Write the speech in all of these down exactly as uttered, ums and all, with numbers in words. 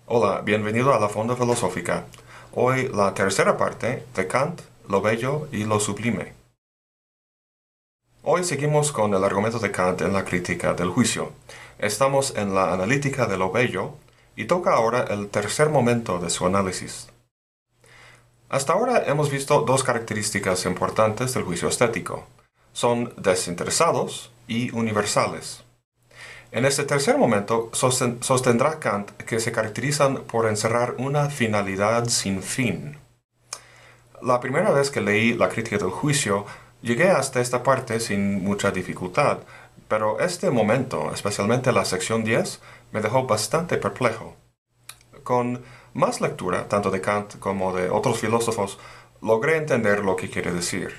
Hola, bienvenido a la Fonda Filosófica. Hoy la tercera parte de Kant, lo bello y lo sublime. Hoy seguimos con el argumento de Kant en la crítica del juicio. Estamos en la analítica de lo bello y toca ahora el tercer momento de su análisis. Hasta ahora hemos visto dos características importantes del juicio estético. Son desinteresados y universales. En este tercer momento sostendrá Kant que se caracterizan por encerrar una finalidad sin fin. La primera vez que leí la crítica del juicio, llegué hasta esta parte sin mucha dificultad, pero este momento, especialmente la sección diez, me dejó bastante perplejo. Con más lectura, tanto de Kant como de otros filósofos, logré entender lo que quiere decir.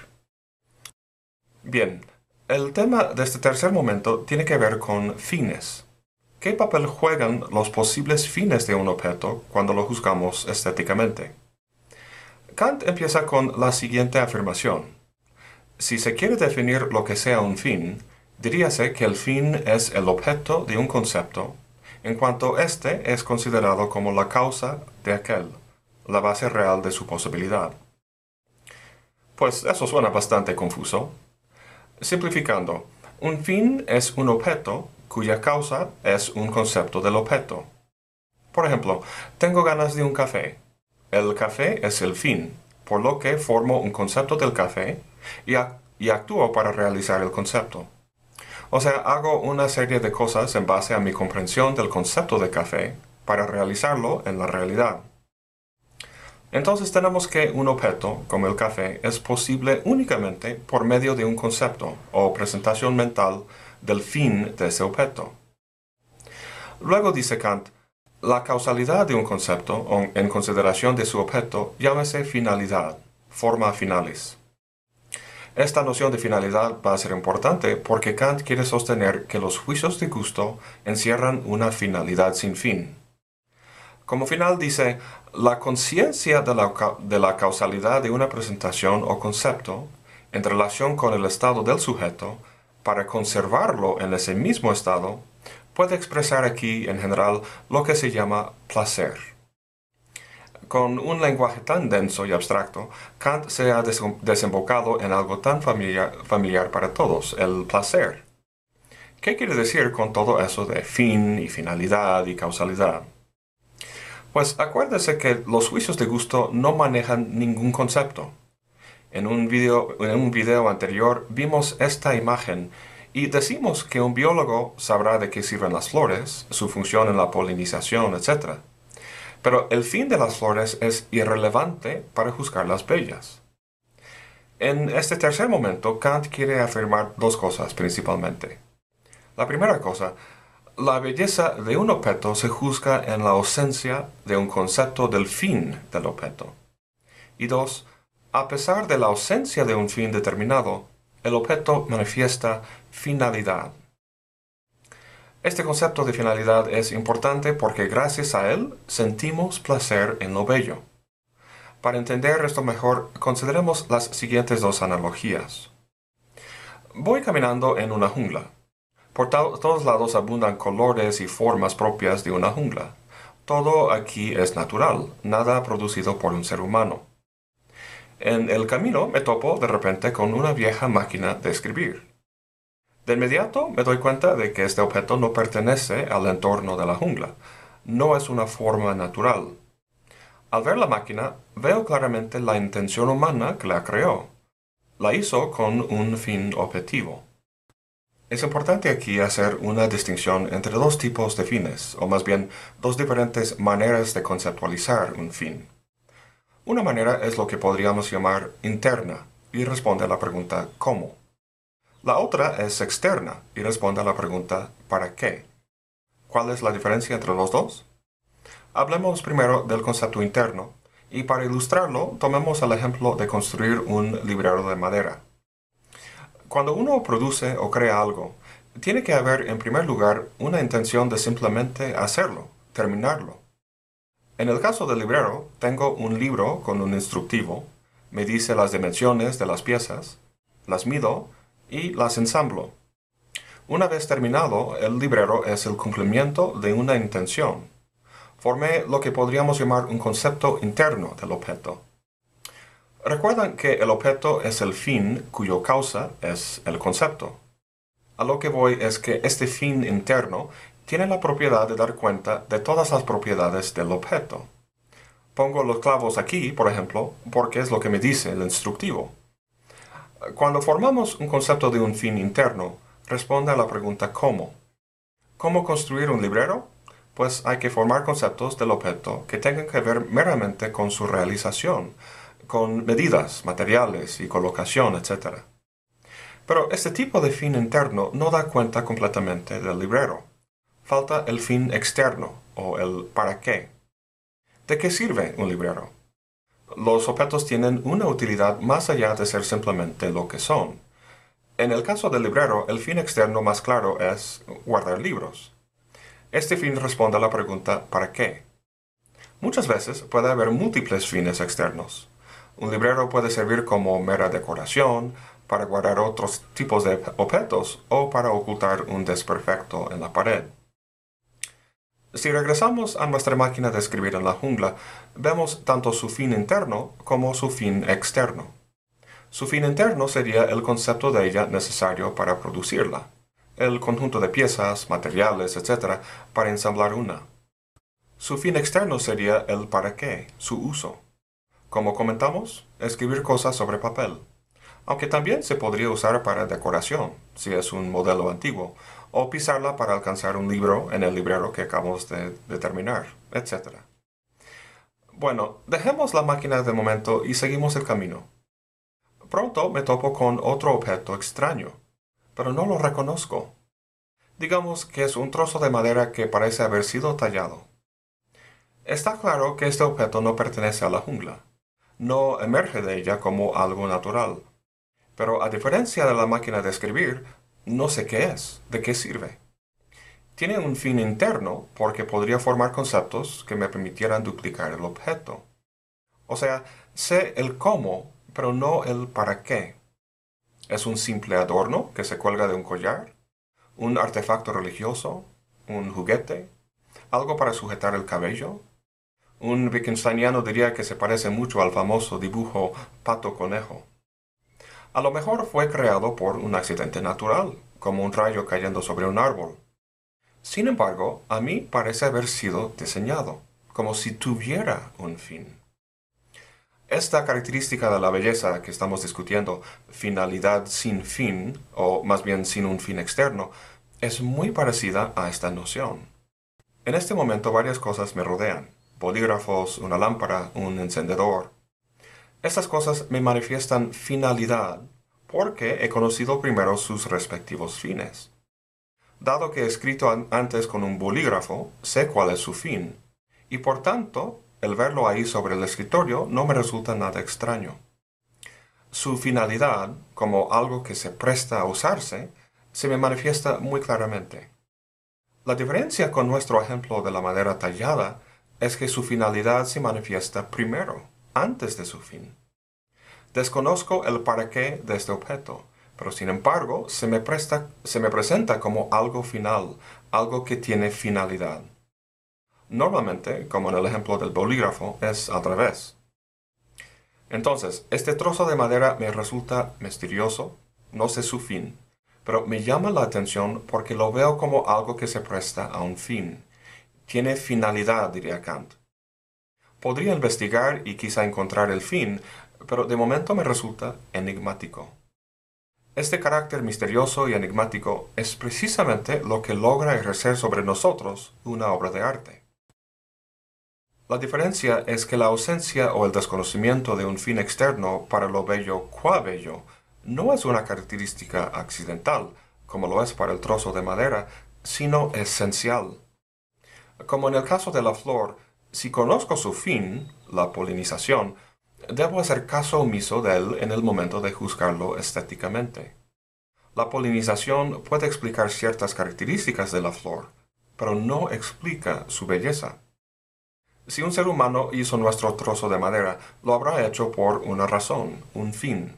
Bien, el tema de este tercer momento tiene que ver con fines. ¿Qué papel juegan los posibles fines de un objeto cuando lo juzgamos estéticamente? Kant empieza con la siguiente afirmación. Si se quiere definir lo que sea un fin, diríase que el fin es el objeto de un concepto, en cuanto éste es considerado como la causa de aquel, la base real de su posibilidad. Pues eso suena bastante confuso. Simplificando, un fin es un objeto cuya causa es un concepto del objeto. Por ejemplo, tengo ganas de un café. El café es el fin, por lo que formo un concepto del café y, ac y actúo para realizar el concepto. O sea, hago una serie de cosas en base a mi comprensión del concepto de café para realizarlo en la realidad. Entonces tenemos que un objeto, como el café, es posible únicamente por medio de un concepto o presentación mental del fin de ese objeto. Luego dice Kant, la causalidad de un concepto, o en consideración de su objeto, llámese finalidad, forma finalis. Esta noción de finalidad va a ser importante porque Kant quiere sostener que los juicios de gusto encierran una finalidad sin fin. Como final dice, la conciencia de la, de la causalidad de una presentación o concepto, en relación con el estado del sujeto, para conservarlo en ese mismo estado, puede expresar aquí, en general, lo que se llama placer. Con un lenguaje tan denso y abstracto, Kant se ha desembocado en algo tan familiar, familiar para todos, el placer. ¿Qué quiere decir con todo eso de fin y finalidad y causalidad? Pues acuérdese que los juicios de gusto no manejan ningún concepto. En un video, en un video anterior vimos esta imagen y decimos que un biólogo sabrá de qué sirven las flores, su función en la polinización, etcétera. Pero el fin de las flores es irrelevante para juzgarlas bellas. En este tercer momento, Kant quiere afirmar dos cosas principalmente. La primera cosa, la belleza de un objeto se juzga en la ausencia de un concepto del fin del objeto. Y dos, a pesar de la ausencia de un fin determinado, el objeto manifiesta finalidad. Este concepto de finalidad es importante porque gracias a él sentimos placer en lo bello. Para entender esto mejor, consideremos las siguientes dos analogías. Voy caminando en una jungla. Por todos lados abundan colores y formas propias de una jungla. Todo aquí es natural, nada producido por un ser humano. En el camino me topo de repente con una vieja máquina de escribir. De inmediato me doy cuenta de que este objeto no pertenece al entorno de la jungla. No es una forma natural. Al ver la máquina, veo claramente la intención humana que la creó. La hizo con un fin objetivo. Es importante aquí hacer una distinción entre dos tipos de fines, o más bien dos diferentes maneras de conceptualizar un fin. Una manera es lo que podríamos llamar interna, y responde a la pregunta ¿cómo? La otra es externa, y responde a la pregunta ¿para qué? ¿Cuál es la diferencia entre los dos? Hablemos primero del concepto interno, y para ilustrarlo tomemos el ejemplo de construir un librero de madera. Cuando uno produce o crea algo, tiene que haber en primer lugar una intención de simplemente hacerlo, terminarlo. En el caso del librero, tengo un libro con un instructivo, me dice las dimensiones de las piezas, las mido y las ensamblo. Una vez terminado, el librero es el cumplimiento de una intención. Formé lo que podríamos llamar un concepto interno del objeto. Recuerdan que el objeto es el fin cuyo causa es el concepto. A lo que voy es que este fin interno tiene la propiedad de dar cuenta de todas las propiedades del objeto. Pongo los clavos aquí, por ejemplo, porque es lo que me dice el instructivo. Cuando formamos un concepto de un fin interno, responde a la pregunta ¿cómo? ¿Cómo construir un librero? Pues hay que formar conceptos del objeto que tengan que ver meramente con su realización, con medidas, materiales y colocación, etcétera. Pero este tipo de fin interno no da cuenta completamente del librero. Falta el fin externo, o el para qué. ¿De qué sirve un librero? Los objetos tienen una utilidad más allá de ser simplemente lo que son. En el caso del librero, el fin externo más claro es guardar libros. Este fin responde a la pregunta ¿para qué? Muchas veces puede haber múltiples fines externos. Un librero puede servir como mera decoración, para guardar otros tipos de objetos o para ocultar un desperfecto en la pared. Si regresamos a nuestra máquina de escribir en la jungla, vemos tanto su fin interno como su fin externo. Su fin interno sería el concepto de ella necesario para producirla, el conjunto de piezas, materiales, etcétera, para ensamblar una. Su fin externo sería el para qué, su uso. Como comentamos, escribir cosas sobre papel, aunque también se podría usar para decoración, si es un modelo antiguo, o pisarla para alcanzar un libro en el librero que acabamos de determinar, etcétera. Bueno, dejemos la máquina de momento y seguimos el camino. Pronto me topo con otro objeto extraño, pero no lo reconozco. Digamos que es un trozo de madera que parece haber sido tallado. Está claro que este objeto no pertenece a la jungla. No emerge de ella como algo natural. Pero a diferencia de la máquina de escribir, no sé qué es, de qué sirve. Tiene un fin interno porque podría formar conceptos que me permitieran duplicar el objeto. O sea, sé el cómo, pero no el para qué. ¿Es un simple adorno que se cuelga de un collar? ¿Un artefacto religioso? ¿Un juguete? ¿Algo para sujetar el cabello? Un Wittgensteiniano diría que se parece mucho al famoso dibujo Pato Conejo. A lo mejor fue creado por un accidente natural, como un rayo cayendo sobre un árbol. Sin embargo, a mí parece haber sido diseñado, como si tuviera un fin. Esta característica de la belleza que estamos discutiendo, finalidad sin fin, o más bien sin un fin externo, es muy parecida a esta noción. En este momento varias cosas me rodean, bolígrafos, una lámpara, un encendedor. Estas cosas me manifiestan finalidad porque he conocido primero sus respectivos fines. Dado que he escrito an- antes con un bolígrafo, sé cuál es su fin, y por tanto, el verlo ahí sobre el escritorio no me resulta nada extraño. Su finalidad, como algo que se presta a usarse, se me manifiesta muy claramente. La diferencia con nuestro ejemplo de la madera tallada es que su finalidad se manifiesta primero, antes de su fin. Desconozco el para qué de este objeto, pero sin embargo se me, presta, se me presenta como algo final, algo que tiene finalidad. Normalmente, como en el ejemplo del bolígrafo, es al revés. Entonces, este trozo de madera me resulta misterioso, no sé su fin, pero me llama la atención porque lo veo como algo que se presta a un fin. Tiene finalidad, diría Kant. Podría investigar y quizá encontrar el fin, pero de momento me resulta enigmático. Este carácter misterioso y enigmático es precisamente lo que logra ejercer sobre nosotros una obra de arte. La diferencia es que la ausencia o el desconocimiento de un fin externo para lo bello qua bello no es una característica accidental, como lo es para el trozo de madera, sino esencial. Como en el caso de la flor, si conozco su fin, la polinización, debo hacer caso omiso de él en el momento de juzgarlo estéticamente. La polinización puede explicar ciertas características de la flor, pero no explica su belleza. Si un ser humano hizo nuestro trozo de madera, lo habrá hecho por una razón, un fin.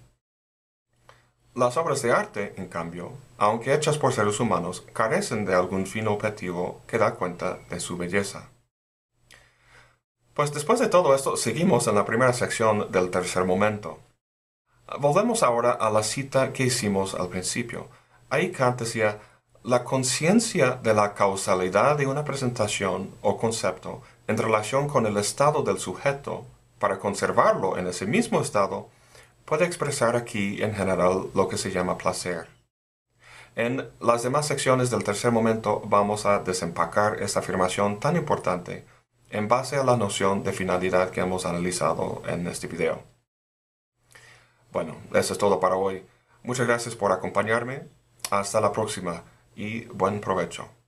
Las obras de arte, en cambio, aunque hechas por seres humanos, carecen de algún fin objetivo que da cuenta de su belleza. Pues después de todo esto, seguimos en la primera sección del tercer momento. Volvemos ahora a la cita que hicimos al principio. Ahí Kant decía, la conciencia de la causalidad de una presentación o concepto en relación con el estado del sujeto, para conservarlo en ese mismo estado, puede expresar aquí en general lo que se llama placer. En las demás secciones del tercer momento vamos a desempacar esta afirmación tan importante en base a la noción de finalidad que hemos analizado en este video. Bueno, eso es todo para hoy. Muchas gracias por acompañarme. Hasta la próxima y buen provecho.